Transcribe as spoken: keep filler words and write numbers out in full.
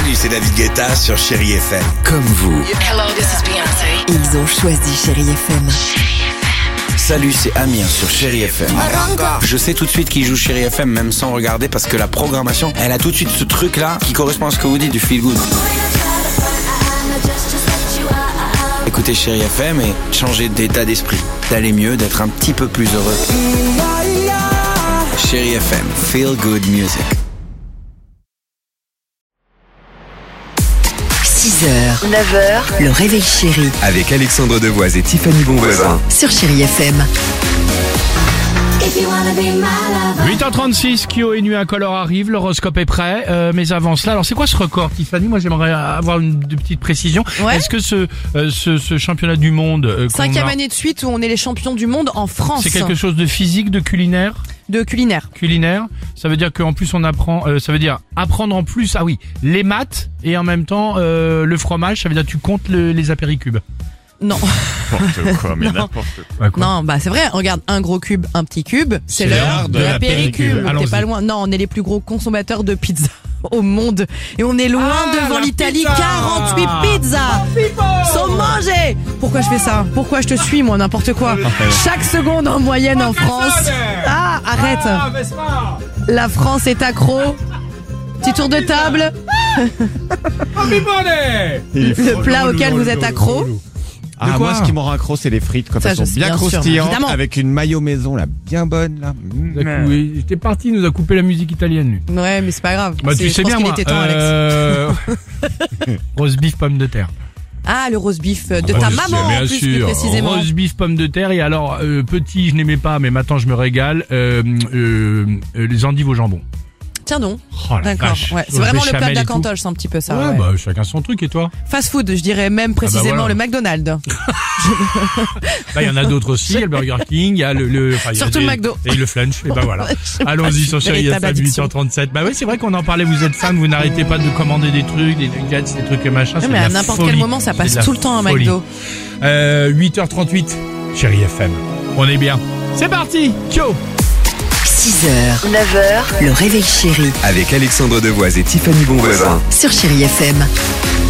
Salut, c'est David Guetta sur Chérie F M. Comme vous. Hello, this is Beyoncé. Ils ont choisi Chérie F M. Salut, c'est Amir sur Chérie F M. Je sais tout de suite qui joue Chérie F M, même sans regarder, parce que la programmation, elle a tout de suite ce truc-là qui correspond à ce que vous dites du feel good. Écoutez Chérie F M et changez d'état d'esprit, d'aller mieux, d'être un petit peu plus heureux. Chérie F M, feel good music. six heures, neuf heures, le réveil chéri Avec Alexandre Devoise et Tiffany Bonvoisin. sur Chérie F M. huit heures trente-six, Kyo et Nuit Incolore arrive, l'horoscope est prêt, euh, mais avant cela, alors c'est quoi ce record, Tiffany? Moi j'aimerais avoir une de petite précision. Ouais. Est-ce que ce, euh, ce ce championnat du monde, euh, qu'on Cinquième a, année de suite où on est les champions du monde en France. c'est quelque chose de physique, de culinaire? De culinaire. Culinaire, ça veut dire qu'en plus on apprend, euh, ça veut dire apprendre en plus, ah oui, les maths et en même temps euh, le fromage, ça veut dire que tu comptes le, les apéricubes. Non. N'importe quoi, mais Non. n'importe quoi. Ouais, quoi. Non, bah c'est vrai. Regarde, un gros cube, un petit cube, c'est C'est l'heure de la péricube. Allons-y. T'es pas loin. Non, on est les plus gros consommateurs de pizza au monde. Et on est loin Ah, devant la l'Italie. pizza. quarante-huit pizzas sont mangées. Pourquoi je fais ça? Pourquoi je te suis, moi, n'importe quoi? Chaque seconde en moyenne en France. Ah, arrête. La France est accro. Petit tour de table. Le plat auquel vous êtes accro. Ah, quoi moi, ce qui me rend accro, c'est les frites, quand Ça, elles sont je sais, bien bien sûr, croustillantes, évidemment. avec une mayo maison, là, bien bonne, là. Mmh. Oui, j'étais parti, il nous a coupé la musique italienne, lui. Ouais, mais c'est pas grave. Bah, C'est- tu je sais pense bien, qu'il moi. était temps, Alex. Euh... Rose beef, pomme de terre. Ah, le roast beef de Ah, ta je maman, sais, en bien plus, sûr. plus précisément. Rose beef, pomme de terre. Et alors, euh, petit, je n'aimais pas, mais maintenant je me régale. Euh, euh, euh, les endives au jambon. Tiens donc. Oh, la D'accord. vache. Ouais. C'est Sauce vraiment le plat béchamel de la et tout. cantoche, c'est un petit peu ça. Ouais, ouais. bah chacun son truc. Et toi? Fast food, je dirais même précisément voilà. le McDonald's. Bah, il y en a d'autres aussi. Il y a le Burger King, il y a le, le enfin, il y a Surtout des- le McDo. et le flunch. Et bah voilà. Je Allons-y sur passe Chérie F véritable M, huit addiction. heures trente-sept. Bah oui, c'est vrai qu'on en parlait. Vous êtes fan, vous n'arrêtez pas de commander des trucs, des nuggets, des trucs et machin. Ouais, c'est mais de à la n'importe folie. quel moment, ça C'est passe de la tout le temps à folie. McDo. Euh, huit heures trente-huit, Chérie F M. On est bien. C'est parti. Kyo. six heures, neuf heures, le réveil chéri Avec Alexandre Devoise et Tiffany Bonvoisin. sur Chérie F M.